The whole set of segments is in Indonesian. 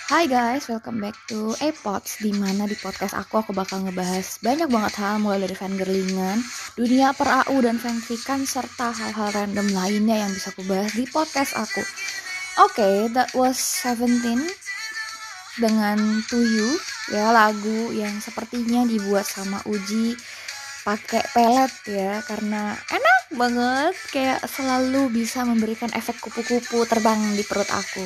Hai guys, welcome back to Apods. Dimana di podcast aku bakal ngebahas banyak banget hal, mulai dari fangirlingan, dunia per AU dan fanfiction, serta hal-hal random lainnya yang bisa aku bahas di podcast aku. Oke, that was 17 dengan To You, ya, lagu yang sepertinya dibuat sama Uji pakai pelet ya, karena enak banget, kayak selalu bisa memberikan efek kupu-kupu terbang di perut aku.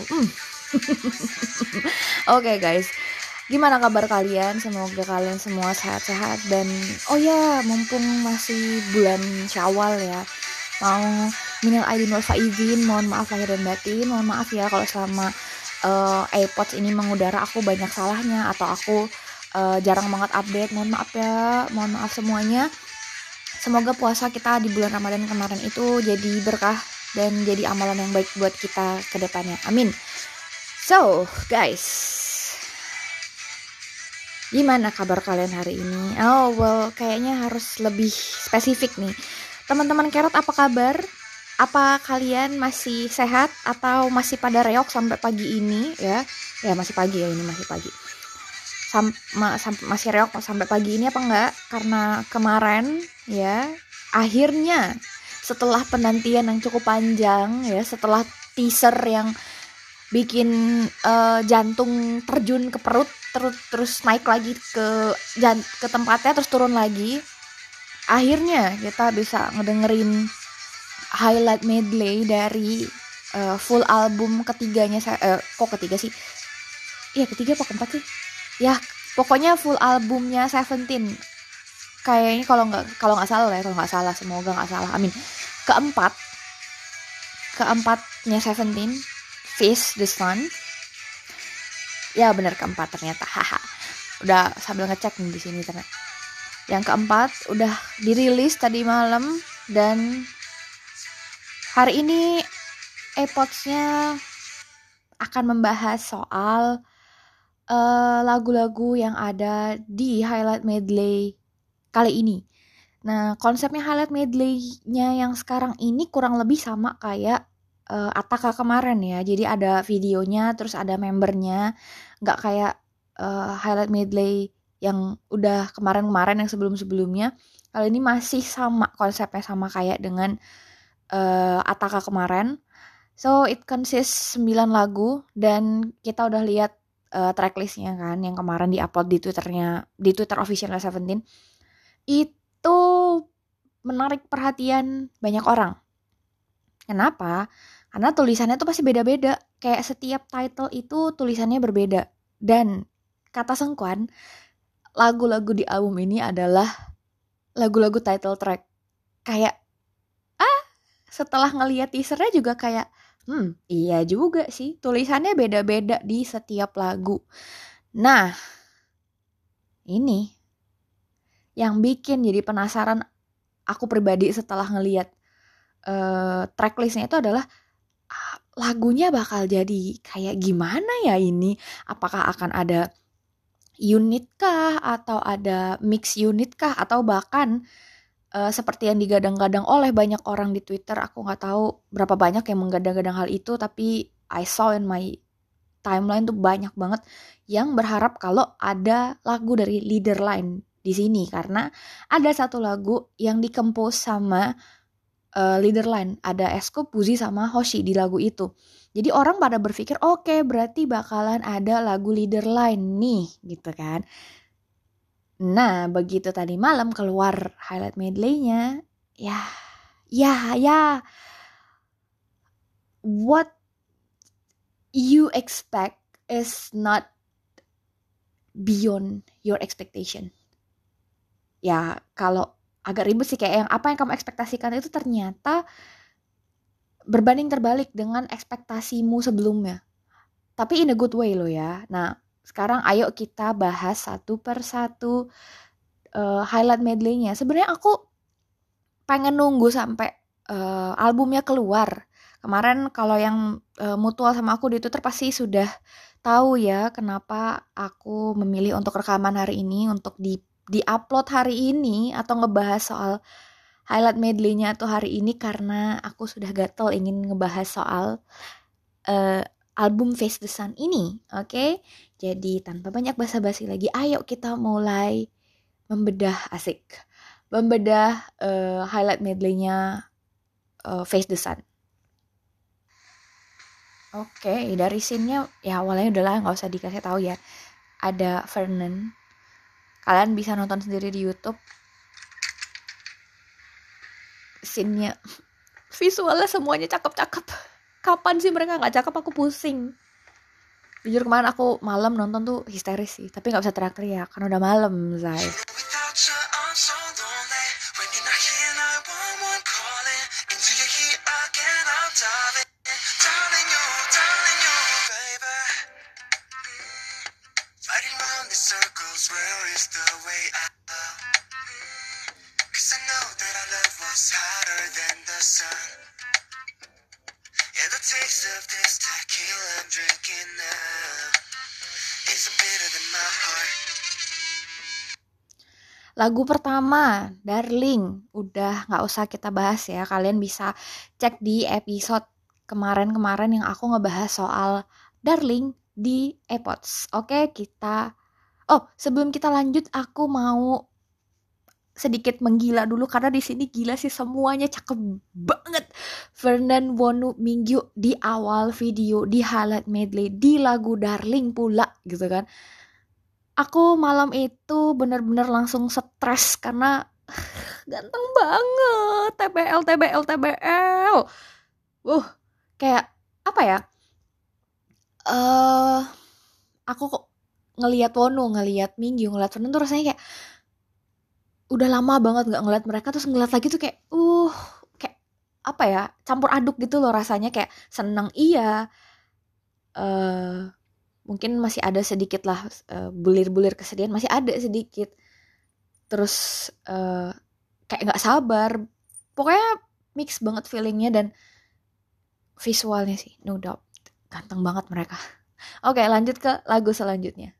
Oke guys, gimana kabar kalian? Semoga kalian semua sehat-sehat. Dan oh ya, mumpung masih bulan Syawal ya, mau minal aidin wal faizin, mohon maaf lahir dan batin. Mohon maaf ya kalau selama AirPods ini mengudara aku banyak salahnya, atau aku jarang banget update. Mohon maaf ya, mohon maaf semuanya. Semoga puasa kita di bulan Ramadan kemarin itu jadi berkah dan jadi amalan yang baik buat kita ke depannya. Amin. So, guys, gimana kabar kalian hari ini? Oh, well, kayaknya harus lebih spesifik nih. Teman-teman Kerot, apa kabar? Apa kalian masih sehat atau masih pada reok sampai pagi ini ya? Ya, masih pagi ya, ini masih pagi. Masih reok sampai pagi ini apa enggak? Karena kemarin ya, akhirnya setelah penantian yang cukup panjang ya, setelah teaser yang bikin jantung terjun ke perut, terus naik lagi ke tempatnya, terus turun lagi. Akhirnya kita bisa ngedengerin highlight medley dari full album ketiganya. Kok ketiga sih? Iya, ketiga apa keempat sih? Ya, pokoknya full albumnya Seventeen. Kayaknya kalau nggak salah, semoga nggak salah. Amin. Keempatnya Seventeen, Face the Sun. Ya benar, keempat ternyata. Haha. Udah sambil ngecek nih di sini ternyata. Yang keempat udah dirilis tadi malam, dan hari ini Airpods-nya akan membahas soal lagu-lagu yang ada di highlight medley kali ini. Nah, konsepnya highlight medley-nya yang sekarang ini kurang lebih sama kayak Ataka kemarin ya. Jadi ada videonya, terus ada membernya. Nggak kayak highlight medley yang udah kemarin-kemarin, yang sebelum-sebelumnya. Kali ini masih sama, konsepnya sama kayak dengan Ataka kemarin. So, it consists 9 lagu, dan kita udah lihat tracklistnya kan, yang kemarin diupload di Twitter official Seventeen. Itu menarik perhatian banyak orang. Kenapa? Karena tulisannya tuh pasti beda-beda. Kayak setiap title itu tulisannya berbeda. Dan kata Sengkuan, lagu-lagu di album ini adalah lagu-lagu title track. Kayak setelah ngeliat teasernya juga kayak iya juga sih, tulisannya beda-beda di setiap lagu. Nah, ini yang bikin jadi penasaran aku pribadi setelah ngeliat tracklistnya itu adalah lagunya bakal jadi kayak gimana ya ini? Apakah akan ada unit kah, atau ada mix unit kah, atau bahkan seperti yang digadang-gadang oleh banyak orang di Twitter. Aku nggak tahu berapa banyak yang menggadang-gadang hal itu, tapi I saw in my timeline tuh banyak banget yang berharap kalau ada lagu dari Leaderline di sini, karena ada satu lagu yang dikompos sama Leaderline, ada Escoop, Buzi sama Hoshi di lagu itu. Jadi orang pada berpikir oke, berarti bakalan ada lagu Leaderline nih, gitu kan. Nah, begitu tadi malam keluar highlight medley-nya, ya, what you expect is not beyond your expectation. Ya, kalau agak ribet sih, kayak apa yang kamu ekspektasikan itu ternyata berbanding terbalik dengan ekspektasimu sebelumnya. Tapi in a good way loh ya. Nah, sekarang ayo kita bahas satu persatu highlight medley-nya. Sebenarnya aku pengen nunggu sampai albumnya keluar. Kemarin kalau yang mutual sama aku di Twitter pasti sudah tahu ya kenapa aku memilih untuk rekaman hari ini, untuk di-upload hari ini, atau ngebahas soal highlight medley-nya tuh hari ini, karena aku sudah gatel ingin ngebahas soal album Face the Sun ini. Oke? Jadi tanpa banyak basa-basi lagi, ayo kita mulai membedah highlight medley-nya Face the Sun. Oke, dari scene-nya ya awalnya udahlah nggak usah dikasih tahu ya. Ada Vernon. Kalian bisa nonton sendiri di YouTube. Scene-nya, visualnya semuanya cakep-cakep. Kapan sih mereka nggak cakep? Aku pusing. Jujur kemarin aku malam nonton tuh histeris sih. Tapi nggak bisa teriak-teriak karena udah malam, Zai. Lagu pertama, Darling, udah gak usah kita bahas ya. Kalian bisa cek di episode kemarin-kemarin yang aku ngebahas soal Darling di AirPods. Oke, sebelum kita lanjut, aku mau sedikit menggila dulu karena di sini gila sih, semuanya cakep banget. Vernon, Wonu, Mingyu di awal video, di highlight medley, di lagu Darling pula gitu kan. Aku malam itu bener-bener langsung stres karena ganteng banget, TBL. Kayak apa ya? Aku kok ngelihat Wonu, ngelihat Mingyu, ngelihat Vernon tuh rasanya kayak udah lama banget nggak ngeliat mereka, terus ngeliat lagi tuh kayak apa ya, campur aduk gitu loh rasanya, kayak seneng iya, mungkin masih ada sedikit lah bulir-bulir kesedihan, masih ada sedikit, terus kayak nggak sabar, pokoknya mix banget feelingnya dan visualnya sih, no doubt ganteng banget mereka. Oke, lanjut ke lagu selanjutnya.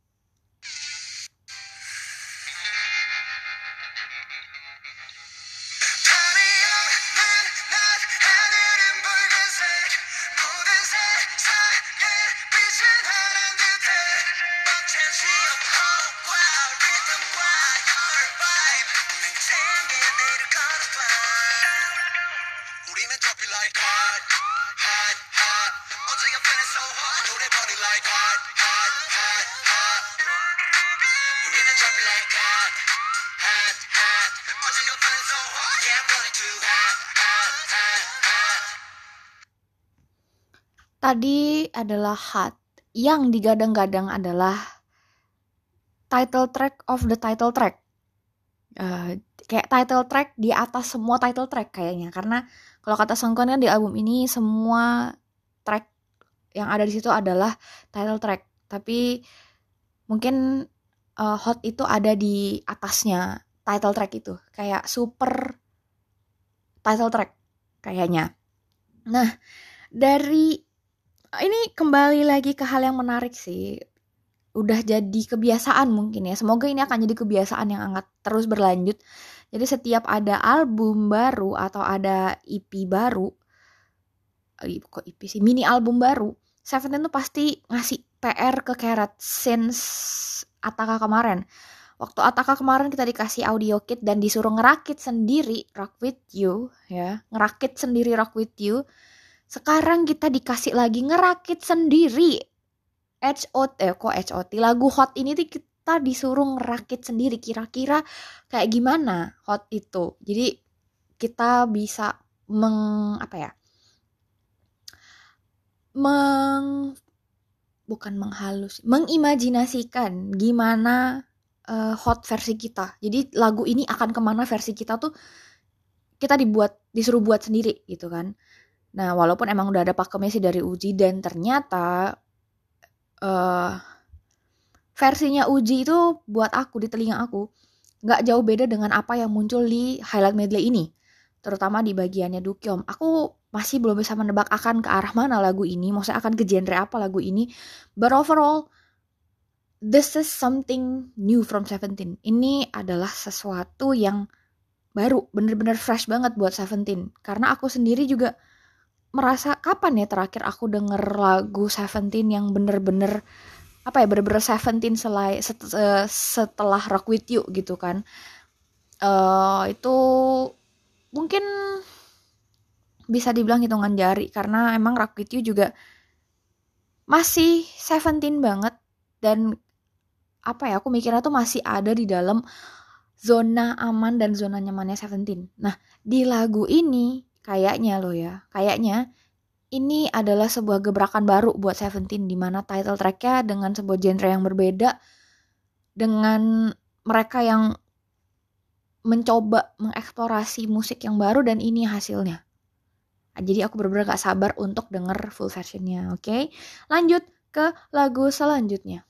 Tadi adalah Hot, yang digadang-gadang adalah title track of the title track. Kayak title track di atas semua title track kayaknya. Karena kalau kata Songkwon kan di album ini semua track yang ada di situ adalah title track. Tapi mungkin Hot itu ada di atasnya title track itu. Kayak super title track kayaknya. Nah, ini kembali lagi ke hal yang menarik sih. Udah jadi kebiasaan mungkin ya. Semoga ini akan jadi kebiasaan yang akan terus berlanjut. Jadi setiap ada album baru atau ada EP baru, kok EP sih, mini album baru, Seventeen tuh pasti ngasih PR ke Carrot since Ataka kemarin. Waktu Ataka kemarin kita dikasih audio kit dan disuruh ngerakit sendiri Rock With You ya. Ngerakit sendiri Rock With You. Sekarang kita dikasih lagi ngerakit sendiri HOT, lagu Hot ini tuh kita disuruh ngerakit sendiri. Kira-kira kayak gimana Hot itu? Jadi kita bisa mengimajinasikan gimana Hot versi kita. Jadi lagu ini akan kemana versi kita tuh kita disuruh buat sendiri gitu kan. Nah, walaupun emang udah ada pakemnya sih dari Uji, dan ternyata versinya Uji itu buat aku, di telinga aku, gak jauh beda dengan apa yang muncul di highlight medley ini. Terutama di bagiannya Dukyeom. Aku masih belum bisa menebak akan ke arah mana lagu ini, maksudnya akan ke genre apa lagu ini. But overall, this is something new from Seventeen. Ini adalah sesuatu yang baru, bener-bener fresh banget buat Seventeen. Karena aku sendiri juga merasa kapan ya terakhir aku denger lagu Seventeen yang bener-bener bener-bener Seventeen setelah Rock With You gitu kan. Itu mungkin bisa dibilang hitungan jari, karena emang Rock With You juga masih Seventeen banget, dan aku mikirnya tuh masih ada di dalam zona aman dan zona nyamannya Seventeen. Nah, di lagu ini kayaknya ini adalah sebuah gebrakan baru buat Seventeen, di mana title tracknya dengan sebuah genre yang berbeda, dengan mereka yang mencoba mengeksplorasi musik yang baru, dan ini hasilnya. Jadi aku bener-bener gak sabar untuk denger full versionnya, oke? Lanjut ke lagu selanjutnya.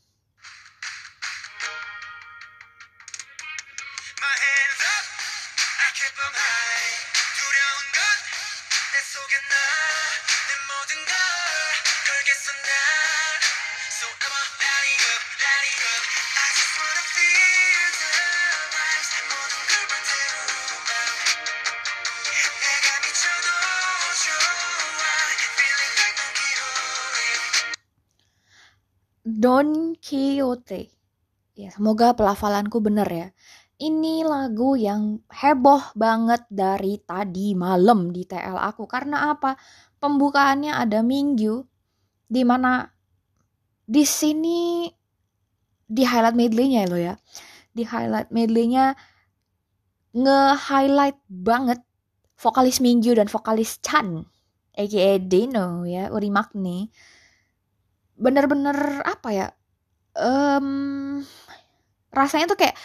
Don Quixote. Ya, semoga pelafalanku bener ya. Ini lagu yang heboh banget dari tadi malam di TL aku. Karena apa? Pembukaannya ada Mingyu, di mana di sini di highlight medley-nya lo ya. Di highlight medley-nya nge-highlight banget vokalis Mingyu dan vokalis Chan, aka Deno ya, Uri Magni. Bener-bener rasanya tuh kayak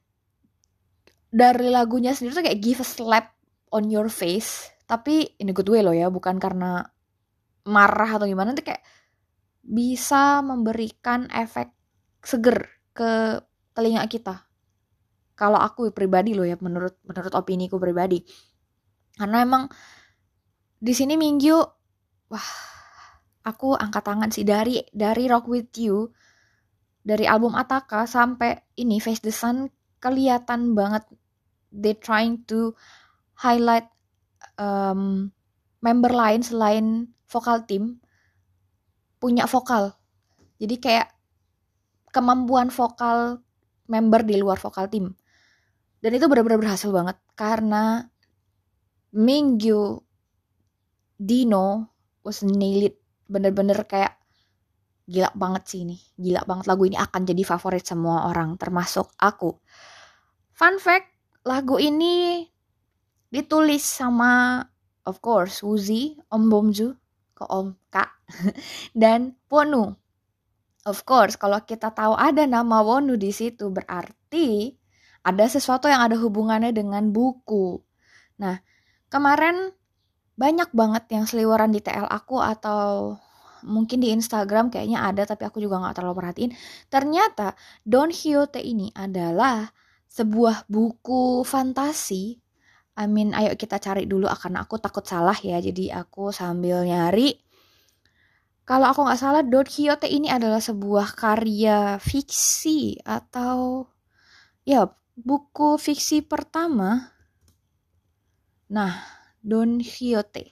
dari lagunya sendiri tuh kayak give a slap on your face, tapi in a good way loh ya, bukan karena marah atau gimana, tuh kayak bisa memberikan efek seger ke telinga kita. Kalau aku pribadi loh ya, menurut opini ku pribadi, karena emang di sini Mingyu, wah, aku angkat tangan sih, dari Rock With You, dari album Ataka sampai ini Face the Sun, kelihatan banget they trying to highlight member lain selain vokal tim punya vokal. Jadi kayak kemampuan vokal member di luar vokal tim. Dan itu benar-benar berhasil banget, karena Mingyu, Dino was nail it. Bener-bener kayak gila banget sih ini. Gila banget, lagu ini akan jadi favorit semua orang, termasuk aku. Fun fact, lagu ini ditulis sama, of course, Woozi, Om Bomju, Om Kak, dan Wonu. Of course, kalau kita tahu ada nama Wonu di situ, berarti ada sesuatu yang ada hubungannya dengan buku. Nah, kemarin banyak banget yang seliweran di TL aku, atau mungkin di Instagram kayaknya ada, tapi aku juga gak terlalu perhatiin. Ternyata Don Quixote ini adalah sebuah buku fantasi. Ayo kita cari dulu, karena aku takut salah ya, jadi aku sambil nyari. Kalau aku gak salah, Don Quixote ini adalah sebuah karya fiksi, atau ya buku fiksi pertama. Nah, Don Quixote.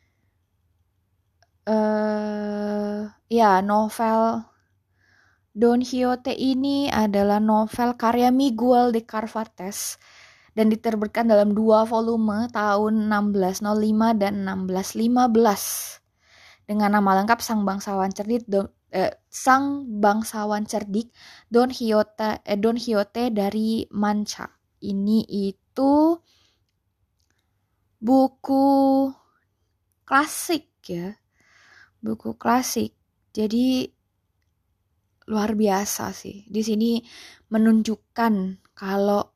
Novel Don Quixote ini adalah novel karya Miguel de Cervantes dan diterbitkan dalam 2 volume tahun 1605 dan 1615 dengan nama lengkap Sang Bangsawan Cerdik Don Quixote dari Mancha. Ini itu buku klasik ya. Buku klasik. Jadi luar biasa sih. Di sini menunjukkan kalau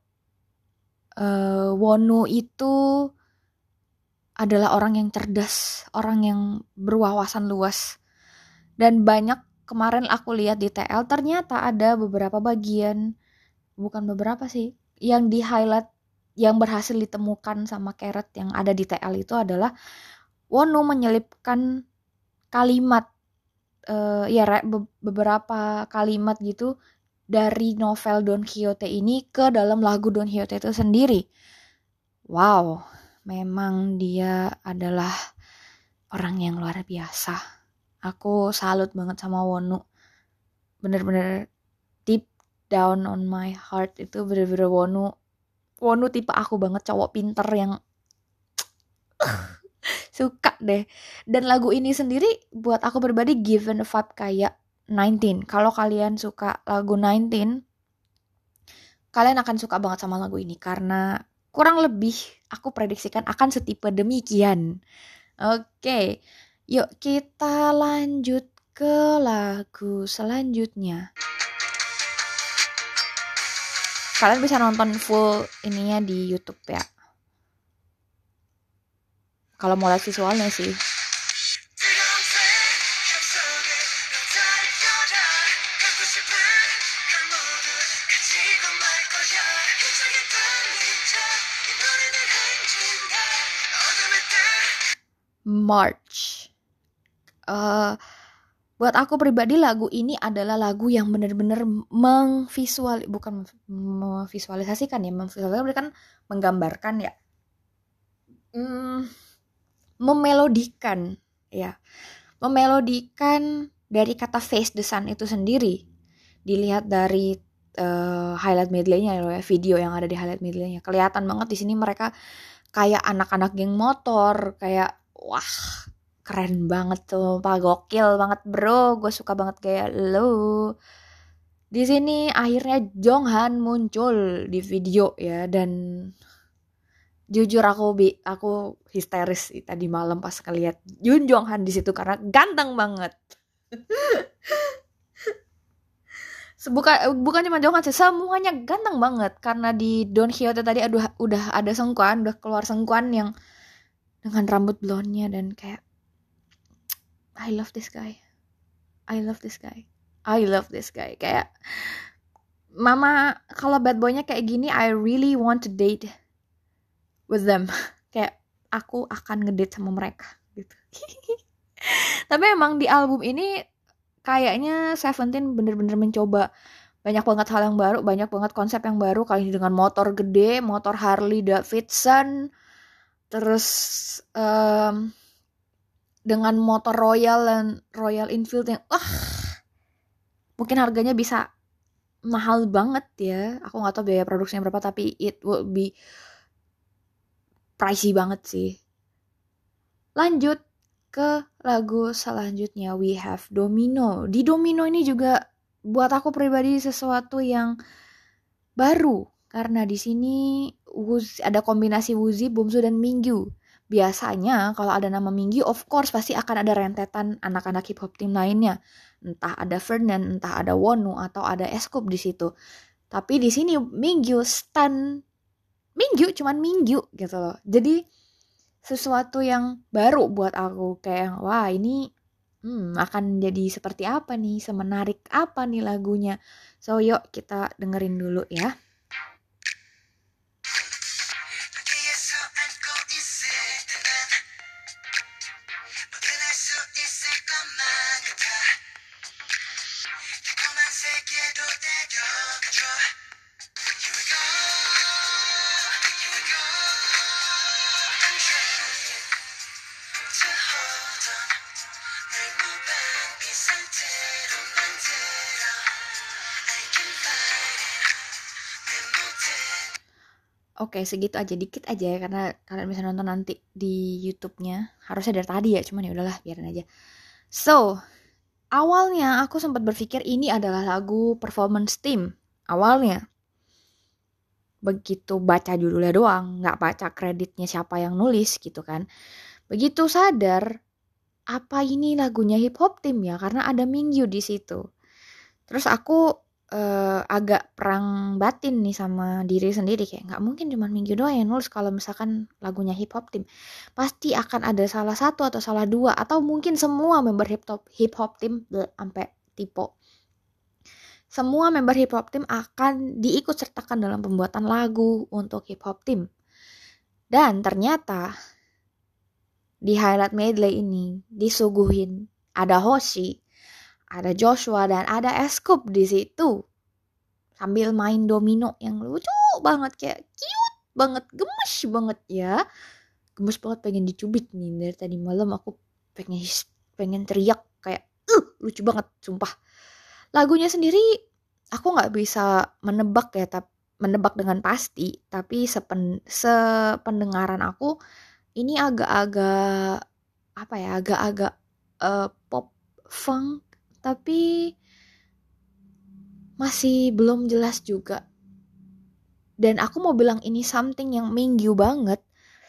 Wonu itu adalah orang yang cerdas, orang yang berwawasan luas. Dan banyak, kemarin aku lihat di TL, ternyata ada beberapa bagian, bukan beberapa sih, yang di highlight, yang berhasil ditemukan sama Keret yang ada di TL itu adalah Wonu menyelipkan kalimat, beberapa kalimat gitu dari novel Don Quixote ini ke dalam lagu Don Quixote itu sendiri. Wow, memang dia adalah orang yang luar biasa. Aku salut banget sama Wonu. Bener-bener deep down on my heart itu bener-bener Wonu tipe aku banget, cowok pinter yang suka deh. Dan lagu ini sendiri buat aku pribadi given a vibe kayak 19. Kalau kalian suka lagu 19, kalian akan suka banget sama lagu ini karena kurang lebih aku prediksikan akan setipe demikian. Oke, yuk kita lanjut ke lagu selanjutnya. Kalian bisa nonton full ininya di YouTube ya. Kalau mau lihat visualnya sih. March. Buat aku pribadi lagu ini adalah lagu yang benar-benar memvisualisasikan kan menggambarkan ya, memelodikan ya, memelodikan dari kata Face the Sun itu sendiri. Dilihat dari highlight medley-nya ya, video yang ada di highlight medley-nya, kelihatan banget di sini mereka kayak anak-anak geng motor, kayak wah keren banget tuh, Pak, gokil banget bro, gue suka banget kayak lo. Di sini akhirnya Jonghan muncul di video ya, dan jujur aku histeris tadi malam pas ngeliat Yoon Jonghan di situ karena ganteng banget. Bukan cuma Jonghan sih, semuanya ganteng banget karena di Don Quixote tadi udah ada sengkuan, udah keluar sengkuan yang dengan rambut blonde-nya dan kayak I love this guy. Kayak mama kalau bad boy-nya kayak gini, I really want to date with them. Kayak aku akan ngedate sama mereka gitu. Tapi emang di album ini kayaknya Seventeen bener-bener mencoba banyak banget hal yang baru, banyak banget konsep yang baru, kali ini dengan motor gede, motor Harley Davidson, terus dengan motor Royal Enfield yang mungkin harganya bisa mahal banget ya. Aku nggak tahu biaya produksinya berapa, tapi it will be pricey banget sih. Lanjut ke lagu selanjutnya, we have Domino. Di Domino ini juga buat aku pribadi sesuatu yang baru karena di sini ada kombinasi Woozi, Bumsu dan Mingyu. Biasanya kalau ada nama Mingyu, of course pasti akan ada rentetan anak-anak hip hop team lainnya. Entah ada Fernan, entah ada Wonu, atau ada Escoop di situ. Tapi di sini Mingyu cuman Mingyu gitu loh. Jadi sesuatu yang baru buat aku, kayak wah ini akan jadi seperti apa nih, semenarik apa nih lagunya. So yuk kita dengerin dulu ya. Oke, segitu aja, dikit aja ya, karena kalian bisa nonton nanti di YouTube-nya. Harusnya dari tadi ya, cuman ya udahlah, biarin aja. So, awalnya aku sempat berpikir ini adalah lagu performance team. Awalnya. Begitu baca judulnya doang, nggak baca kreditnya siapa yang nulis gitu kan. Begitu sadar, apa ini lagunya hip hop team ya? Karena ada Mingyu di situ. Terus aku agak perang batin nih sama diri sendiri, kayak nggak mungkin cuma Mingyu doang yang nulis kalau misalkan lagunya hip hop team. Pasti akan ada salah satu atau salah dua atau mungkin semua member hip hop team sampai typo. Semua member hip hop team akan diikut sertakan dalam pembuatan lagu untuk hip hop team. Dan ternyata di highlight medley ini disuguhin ada Hoshi, ada Joshua, dan ada Escoop di situ sambil main domino yang lucu banget, kayak cute banget, gemes banget ya, gemes banget, pengen dicubit nih dari tadi malam aku pengen teriak kayak lucu banget sumpah. Lagunya sendiri aku nggak bisa menebak ya, menebak dengan pasti, tapi sependengaran aku ini agak-agak apa ya, agak-agak pop funk, tapi masih belum jelas juga. Dan aku mau bilang ini something yang Minggu banget.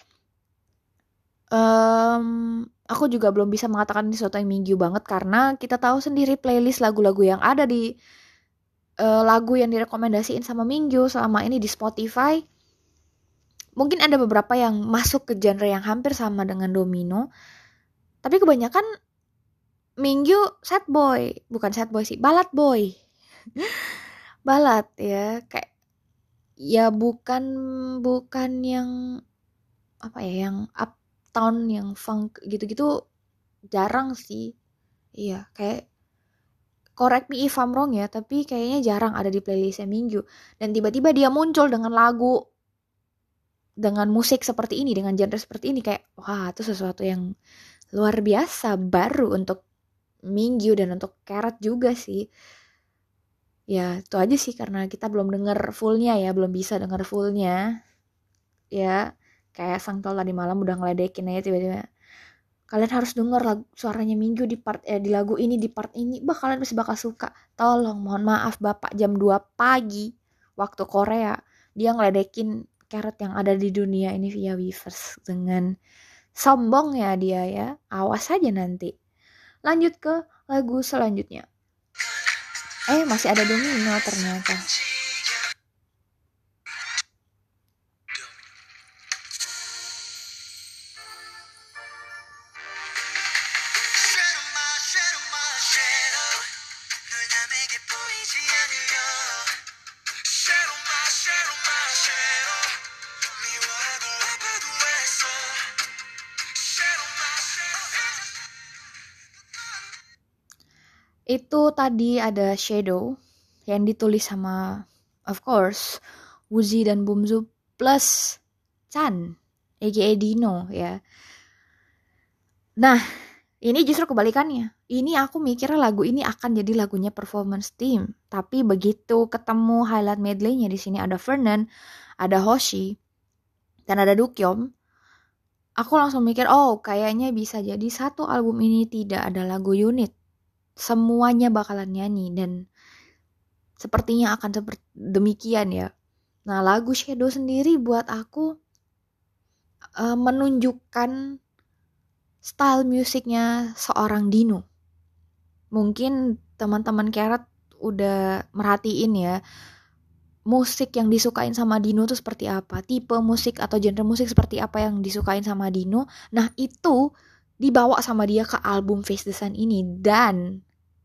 Aku juga belum bisa mengatakan ini sesuatu yang Minggu banget karena kita tahu sendiri playlist lagu-lagu yang ada di lagu yang direkomendasiin sama Minggu selama ini di Spotify. Mungkin ada beberapa yang masuk ke genre yang hampir sama dengan Domino, tapi kebanyakan Minggu sad boy, bukan sad boy sih, ballad boy. Ballad ya, kayak ya bukan yang apa ya, yang uptown, yang funk gitu-gitu jarang sih. Iya, kayak correct me if I'm wrong ya, tapi kayaknya jarang ada di playlistnya Minggu. Dan tiba-tiba dia muncul dengan lagu, dengan musik seperti ini, dengan genre seperti ini, kayak wah itu sesuatu yang luar biasa, baru untuk Minggu dan untuk Carrot juga sih. Ya itu aja sih, karena kita belum denger fullnya ya, belum bisa denger fullnya. Ya kayak Sang Tol tadi malam udah ngeledekin aja tiba-tiba. Kalian harus denger suaranya Minggu di part di lagu ini, di part ini. Kalian pasti bakal suka. Tolong, mohon maaf Bapak, jam 2 pagi waktu Korea dia ngeledekin Carrot yang ada di dunia ini via Weverse dengan sombongnya dia ya. Awas aja nanti. Lanjut ke lagu selanjutnya. Masih ada Domino ternyata. Itu tadi ada Shadow yang ditulis sama, of course, Woozi dan Bumzu plus Chan, aka Dino ya. Nah, ini justru kebalikannya. Ini aku mikirnya lagu ini akan jadi lagunya performance team, tapi begitu ketemu highlight medley-nya, di sini ada Vernon, ada Hoshi, dan ada Dukyeom, aku langsung mikir, oh kayaknya bisa jadi satu album ini tidak ada lagu unit. Semuanya bakalan nyanyi dan sepertinya akan seperti demikian ya. Nah, lagu Shadow sendiri buat aku menunjukkan style musiknya seorang Dino. Mungkin teman-teman Carrot udah merhatiin ya, musik yang disukain sama Dino tuh seperti apa, tipe musik atau genre musik seperti apa yang disukain sama Dino. Nah, itu dibawa sama dia ke album Face the Sun ini, dan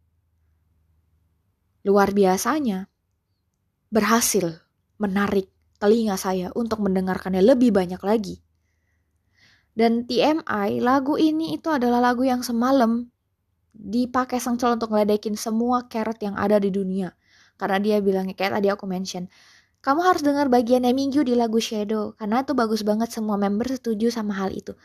luar biasanya berhasil menarik telinga saya untuk mendengarkannya lebih banyak lagi. Dan TMI, lagu ini itu adalah lagu yang semalam dipakai Sang Chol untuk ngeledekin semua Carrot yang ada di dunia. Karena dia bilangnya, kayak tadi aku mention, kamu harus dengar bagiannya Minggu di lagu Shadow, karena itu bagus banget, semua member setuju sama hal itu.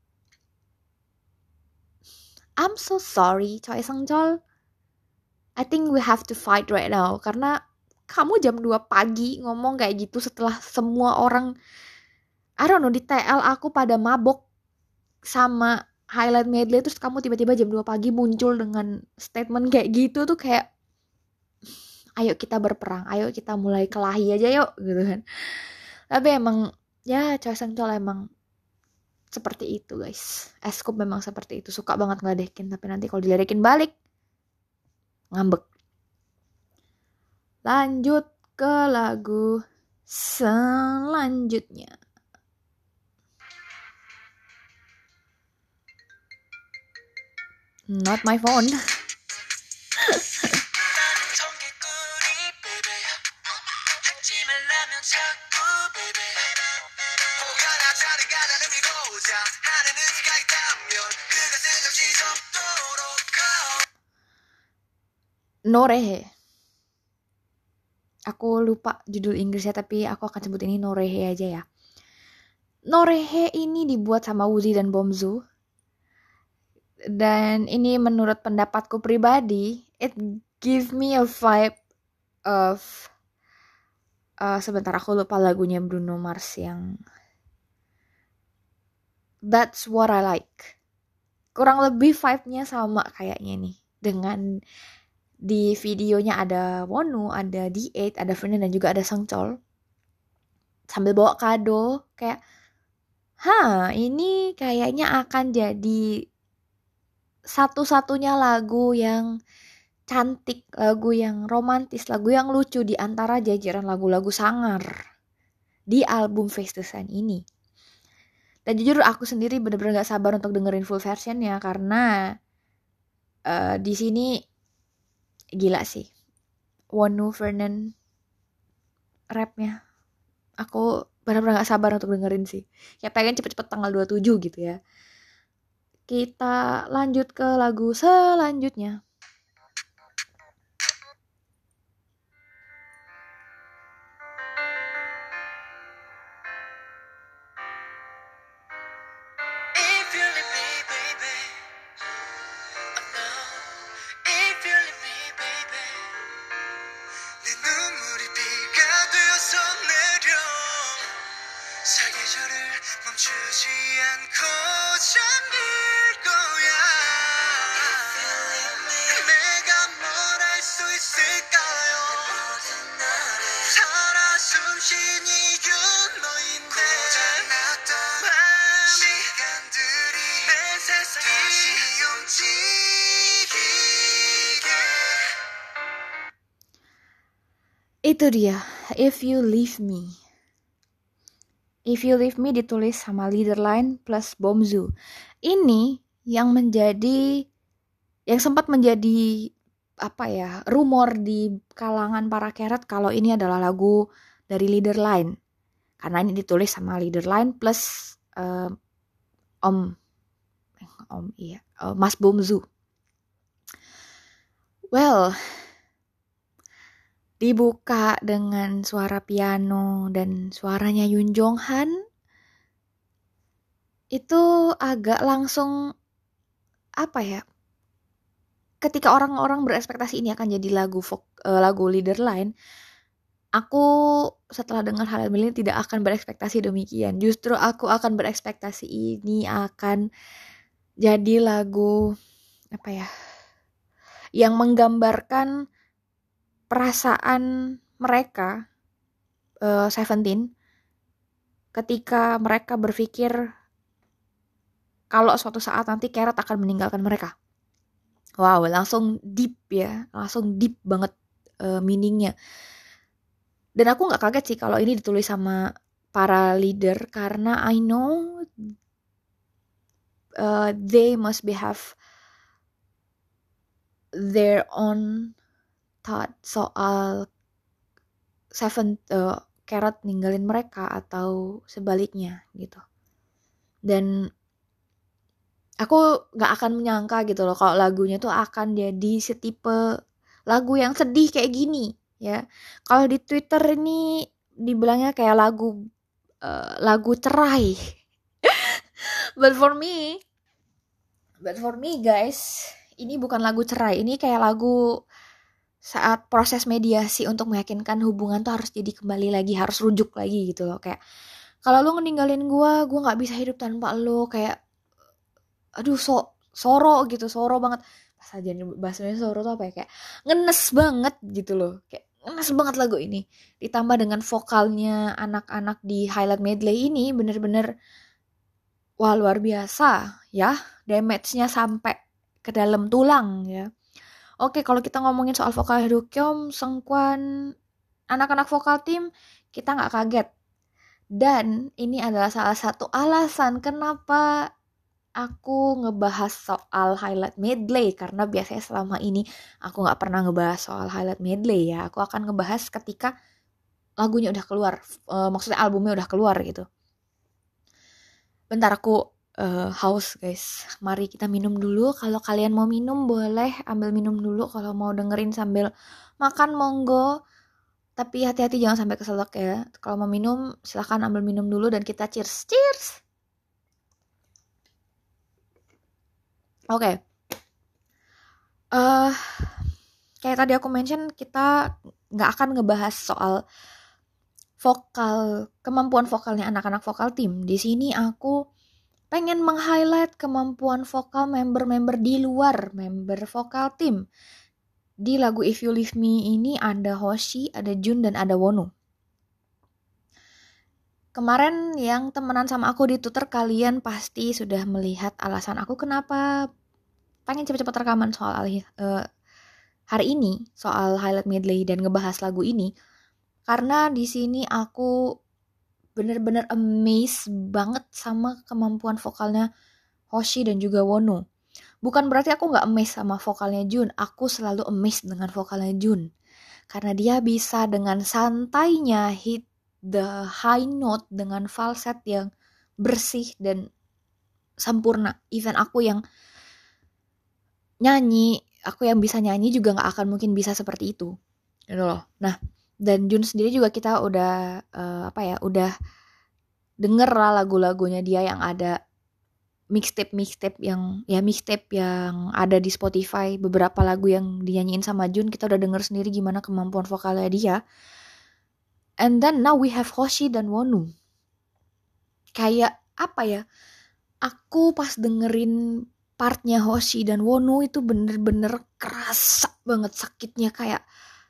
I'm so sorry, Choi Sang Chol. I think we have to fight right now, karena kamu jam 2 pagi ngomong kayak gitu setelah semua orang, I don't know, di TL aku pada mabok sama highlight medley, terus kamu tiba-tiba jam 2 pagi muncul dengan statement kayak gitu tuh kayak, ayo kita berperang, ayo kita mulai kelahi aja yuk gitu kan. Tapi emang ya Choi Sang Chol emang seperti itu guys. Eskup memang seperti itu, suka banget ngeledekin, tapi nanti kalau diledekin balik ngambek. Lanjut ke lagu selanjutnya. Not my phone. Norehe. Aku lupa judul Inggrisnya, tapi aku akan sebut ini Norehe aja ya. Norehe ini dibuat sama Woozi dan Bumzu. Dan ini menurut pendapatku pribadi, it give me a vibe of sebentar aku lupa lagunya Bruno Mars yang That's What I Like. Kurang lebih vibe-nya sama kayaknya nih. Dengan di videonya ada Wonu, ada D8, ada Fernan, dan juga ada Sangchol. Sambil bawa kado, kayak, ini kayaknya akan jadi satu-satunya lagu yang cantik, lagu yang romantis, lagu yang lucu di antara jajaran lagu-lagu sangar di album Face the Sun ini. Dan jujur aku sendiri bener-bener gak sabar untuk dengerin full versionnya karena di sini gila sih. Wonu Fernan rapnya. Aku bener-bener gak sabar untuk dengerin sih. Kayak pengen cepet-cepet tanggal 27 gitu ya. Kita lanjut ke lagu selanjutnya. Itu dia, If You Leave Me. If You Leave Me ditulis sama Leaderline plus Bomzu. Ini yang sempat menjadi rumor di kalangan para keret kalau ini adalah lagu dari Leaderline. Karena ini ditulis sama Leaderline plus Mas Bomzu. Well, dibuka dengan suara piano dan suaranya Yoon Jong Han. Itu agak langsung ketika orang-orang berekspektasi ini akan jadi lagu Leaderline, aku setelah dengar hal ini tidak akan berekspektasi demikian. Justru aku akan berekspektasi ini akan jadi lagu yang menggambarkan perasaan mereka Seventeen ketika mereka berpikir kalau suatu saat nanti Carrot akan meninggalkan mereka. Wow, langsung deep ya, langsung deep banget meaningnya. Dan aku gak kaget sih kalau ini ditulis sama para leader karena I know they must have their own thought soal Carrot ninggalin mereka atau sebaliknya gitu. Dan aku gak akan menyangka gitu loh kalau lagunya tuh akan jadi setipe lagu yang sedih kayak gini ya. Kalau di Twitter ini dibilangnya kayak lagu cerai. But for me guys, ini bukan lagu cerai, ini kayak lagu saat proses mediasi untuk meyakinkan hubungan tuh harus jadi kembali lagi, harus rujuk lagi gitu loh. Kayak kalau lu ninggalin gue gak bisa hidup tanpa lu, kayak aduh soro banget. Pas aja bahasanya soro tuh apa ya, kayak ngenes banget gitu loh, kayak ngenes banget lagu ini. Ditambah dengan vokalnya anak-anak di highlight medley ini bener-bener wah luar biasa ya, damage-nya sampai ke dalam tulang ya. Oke, kalau kita ngomongin soal vokal Hyeokjom, Seungkwan, anak-anak vokal tim, kita nggak kaget. Dan ini adalah salah satu alasan kenapa aku ngebahas soal highlight medley. Karena biasanya selama ini aku nggak pernah ngebahas soal highlight medley ya. Aku akan ngebahas ketika lagunya udah keluar, maksudnya albumnya udah keluar gitu. Bentar aku haus guys, mari kita minum dulu. Kalau kalian mau minum boleh ambil minum dulu, kalau mau dengerin sambil makan monggo, tapi hati-hati jangan sampai keselak ya. Kalau mau minum silahkan ambil minum dulu dan kita cheers. Oke. Eh kayak tadi aku mention, kita nggak akan ngebahas soal vokal, kemampuan vokalnya anak-anak vokal tim. Di sini aku pengen meng-highlight kemampuan vokal member-member di luar member vokal tim. Di lagu If You Leave Me ini ada Hoshi, ada Jun, dan ada Wonu. Kemarin yang temenan sama aku di Twitter, kalian pasti sudah melihat alasan aku kenapa pengen cepet-cepet rekaman soal hari ini, soal highlight medley dan ngebahas lagu ini. Karena di sini aku bener-bener amazed banget sama kemampuan vokalnya Hoshi dan juga Wonu. Bukan berarti aku gak amazed sama vokalnya Jun, aku selalu amazed dengan vokalnya Jun. Karena dia bisa dengan santainya hit the high note dengan falset yang bersih dan sempurna. Even aku yang bisa nyanyi juga gak akan mungkin bisa seperti itu. Gitu loh. Nah, dan Jun sendiri juga kita udah udah denger lah lagu-lagunya dia yang ada mixtape yang ada di Spotify, beberapa lagu yang dinyanyiin sama Jun, kita udah denger sendiri gimana kemampuan vokalnya dia. And then now we have Hoshi dan Wonu. Kayak apa ya? Aku pas dengerin partnya Hoshi dan Wonu itu bener-bener kerasa banget sakitnya, kayak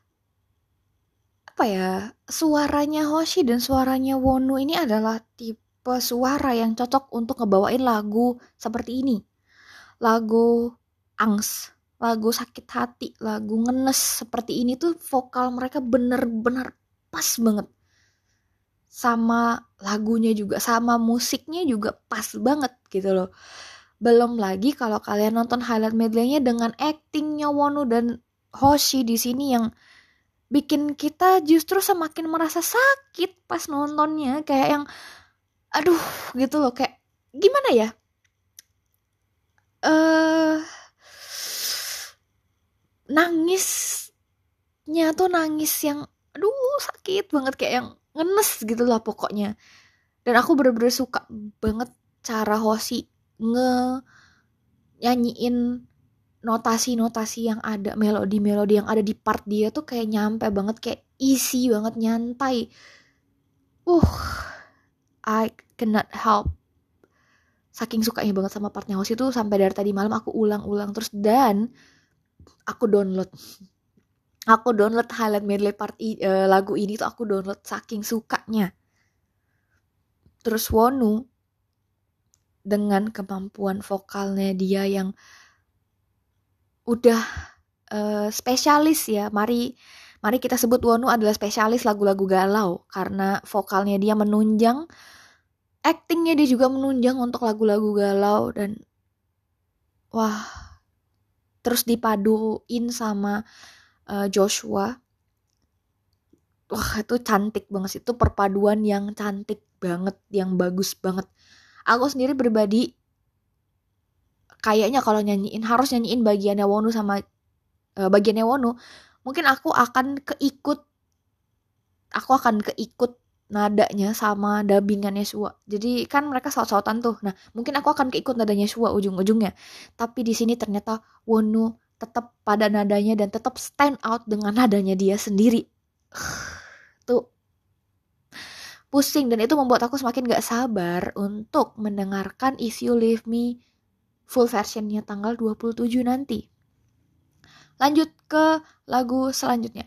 apa ya? Suaranya Hoshi dan suaranya Wonu ini adalah tipe suara yang cocok untuk ngebawain lagu seperti ini. Lagu angst, lagu sakit hati, lagu ngenes seperti ini tuh vokal mereka bener-bener pas banget. Sama lagunya juga, sama musiknya juga pas banget gitu loh. Belum lagi kalau kalian nonton highlight medley-nya dengan actingnya Wonu dan Hoshi di sini yang bikin kita justru semakin merasa sakit pas nontonnya, kayak yang aduh gitu loh, kayak gimana ya? Nangisnya tuh nangis yang aduh sakit banget, kayak yang ngenes gitu lah pokoknya. Dan aku bener-bener suka banget cara Hoshi nyanyiin notasi-notasi yang ada, melodi-melodi yang ada di part dia tuh kayak nyampe banget, kayak easy banget, nyantai. I cannot help. Saking sukanya banget sama partnya Hoshi tuh sampai dari tadi malam aku ulang-ulang terus, dan aku download highlight medley lagu ini tuh aku download saking sukanya. Terus Wonu dengan kemampuan vokalnya dia yang udah spesialis ya. Mari kita sebut Wonu adalah spesialis lagu-lagu galau karena vokalnya dia menunjang, actingnya dia juga menunjang untuk lagu-lagu galau, dan wah, terus dipaduin sama Joshua. Wah, itu cantik banget sih. Itu perpaduan yang cantik banget, yang bagus banget. Aku sendiri pribadi kayaknya kalau harus nyanyiin bagiannya Wonu sama bagiannya Wonu, mungkin aku akan keikut nadanya sama dubbingannya Shua. Jadi kan mereka saut-sautan tuh. Nah, mungkin aku akan keikut nadanya Shua ujung-ujungnya. Tapi di sini ternyata Wonu tetap pada nadanya dan tetap stand out dengan nadanya dia sendiri. Tuh pusing, dan itu membuat aku semakin gak sabar untuk mendengarkan If You Leave Me full versionnya tanggal 27 nanti. Lanjut ke lagu selanjutnya.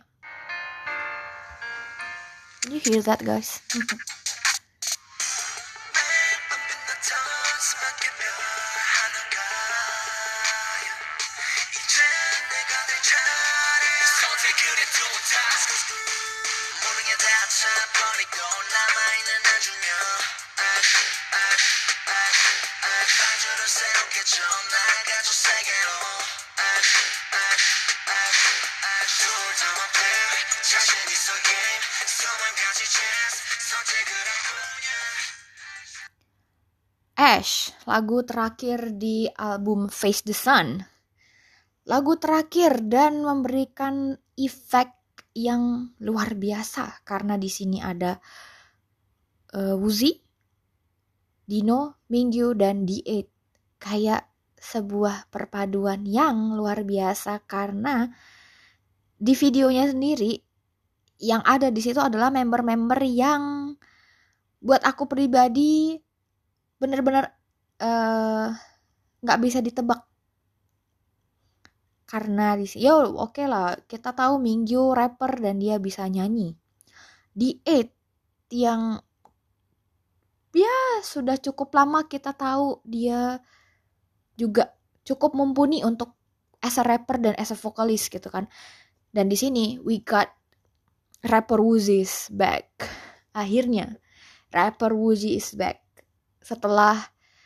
You hear that, guys? Ash, lagu terakhir di album Face the Sun. Lagu terakhir dan memberikan efek yang luar biasa karena di sini ada Woozi, Dino, Mingyu, dan D8. Kayak sebuah perpaduan yang luar biasa karena di videonya sendiri yang ada di situ adalah member-member yang buat aku pribadi bener-bener nggak bisa ditebak. Karena di sini, oke lah, kita tahu Mingyu rapper dan dia bisa nyanyi. Di 8 yang ya sudah cukup lama kita tahu dia juga cukup mumpuni untuk as a rapper dan as a vokalis gitu kan. Dan di sini we got rapper Woozi is back. Akhirnya rapper Woozi is back. Setelah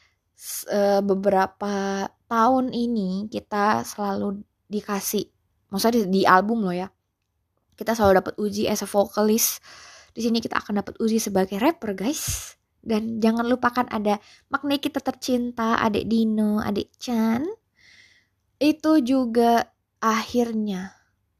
beberapa tahun ini kita selalu dikasih, maksudnya di album loh ya, kita selalu dapat Uzi as a vokalis. Di sini kita akan dapat Uzi sebagai rapper guys. Dan jangan lupakan ada makna kita tercinta, adik Dino, adik Chan. Itu juga akhirnya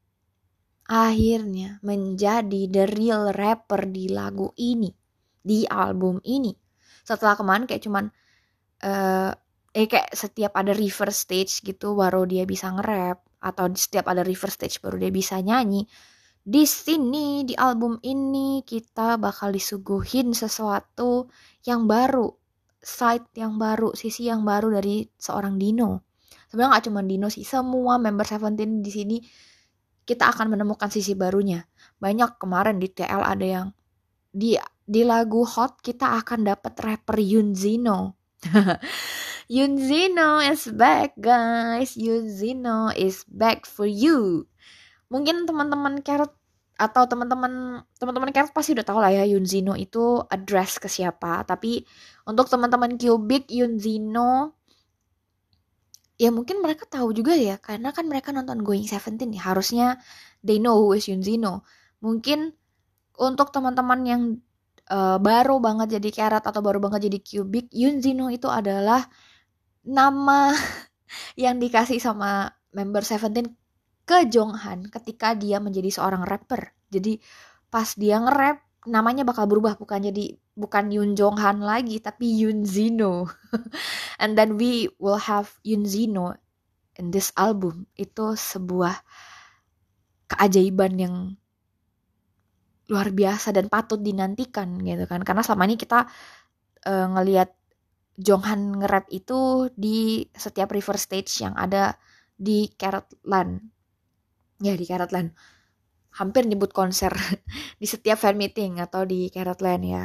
menjadi the real rapper di lagu ini, di album ini. Setelah kemarin kayak cuman kayak setiap ada reverse stage gitu baru dia bisa nge-rap, atau setiap ada reverse stage baru dia bisa nyanyi. Di sini di album ini kita bakal disuguhin sesuatu yang baru, side yang baru, sisi yang baru dari seorang Dino. Sebenarnya nggak cuma Dino sih, semua member Seventeen di sini kita akan menemukan sisi barunya. Banyak kemarin di TL ada yang di lagu Hot kita akan dapat rapper Yunzino. Yunzino is back guys. Yunzino is back for you. Mungkin teman-teman Carrot atau teman-teman Carrot pasti udah tahu lah ya Yunzino itu address ke siapa. Tapi untuk teman-teman Cubic, Yunzino ya mungkin mereka tahu juga ya, karena kan mereka nonton Going 17 ya. Harusnya they know who is Yunzino. Mungkin untuk teman-teman yang baru banget jadi Carrot atau baru banget jadi Cubic, Yunzino itu adalah nama yang dikasih sama member Seventeen ke Jonghan ketika dia menjadi seorang rapper. Jadi pas dia nge-rap namanya bakal berubah, bukan Yoon Jonghan lagi tapi Yunzino. And then we will have Yunzino in this album. Itu sebuah keajaiban yang luar biasa dan patut dinantikan gitu kan, karena selama ini kita ngelihat Jonghan nge-rap itu di setiap reverse stage yang ada di Carrotland. Ya di Carrotland. Hampir nyebut konser di setiap fan meeting atau di Carrotland ya.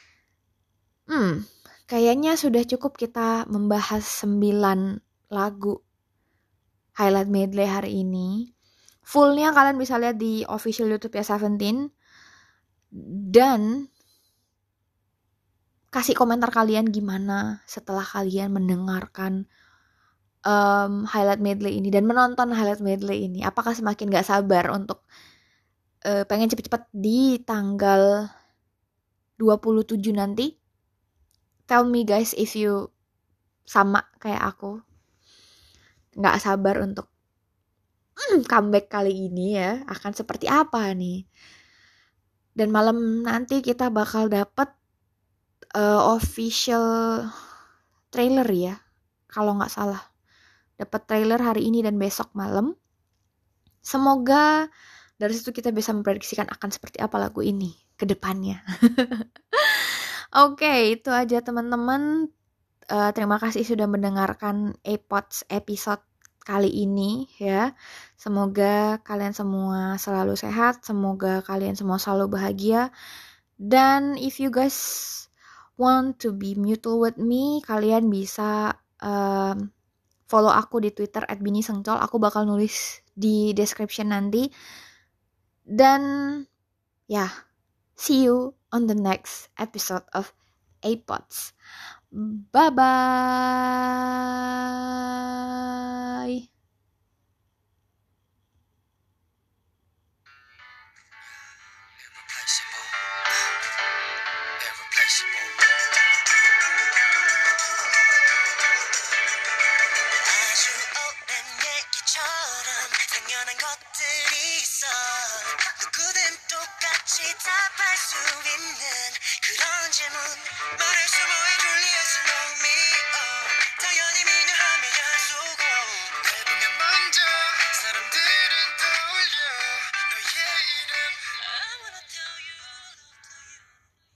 Kayaknya sudah cukup kita membahas 9 lagu highlight medley hari ini. Fullnya kalian bisa lihat di official YouTube ya Seventeen. Dan kasih komentar kalian gimana setelah kalian mendengarkan highlight medley ini dan menonton highlight medley ini. Apakah semakin gak sabar untuk pengen cepet-cepet di tanggal 27 nanti? Tell me guys if you sama kayak aku, gak sabar untuk comeback kali ini ya. Akan seperti apa nih? Dan malam nanti kita bakal dapet official trailer ya, kalau nggak salah. Dapat trailer hari ini dan besok malam. Semoga dari situ kita bisa memprediksikan akan seperti apa lagu ini ke depannya. Oke, itu aja teman-teman. Terima kasih sudah mendengarkan A-Pods episode kali ini ya. Semoga kalian semua selalu sehat, semoga kalian semua selalu bahagia. Dan if you guys want to be mutual with me, kalian bisa follow aku di Twitter @biniseungcol. Aku bakal nulis di description nanti. Dan ya, see you on the next episode of A-Pods. Bye-bye. 누구든 똑같이 답할 수 있는 그런 질문 말할 수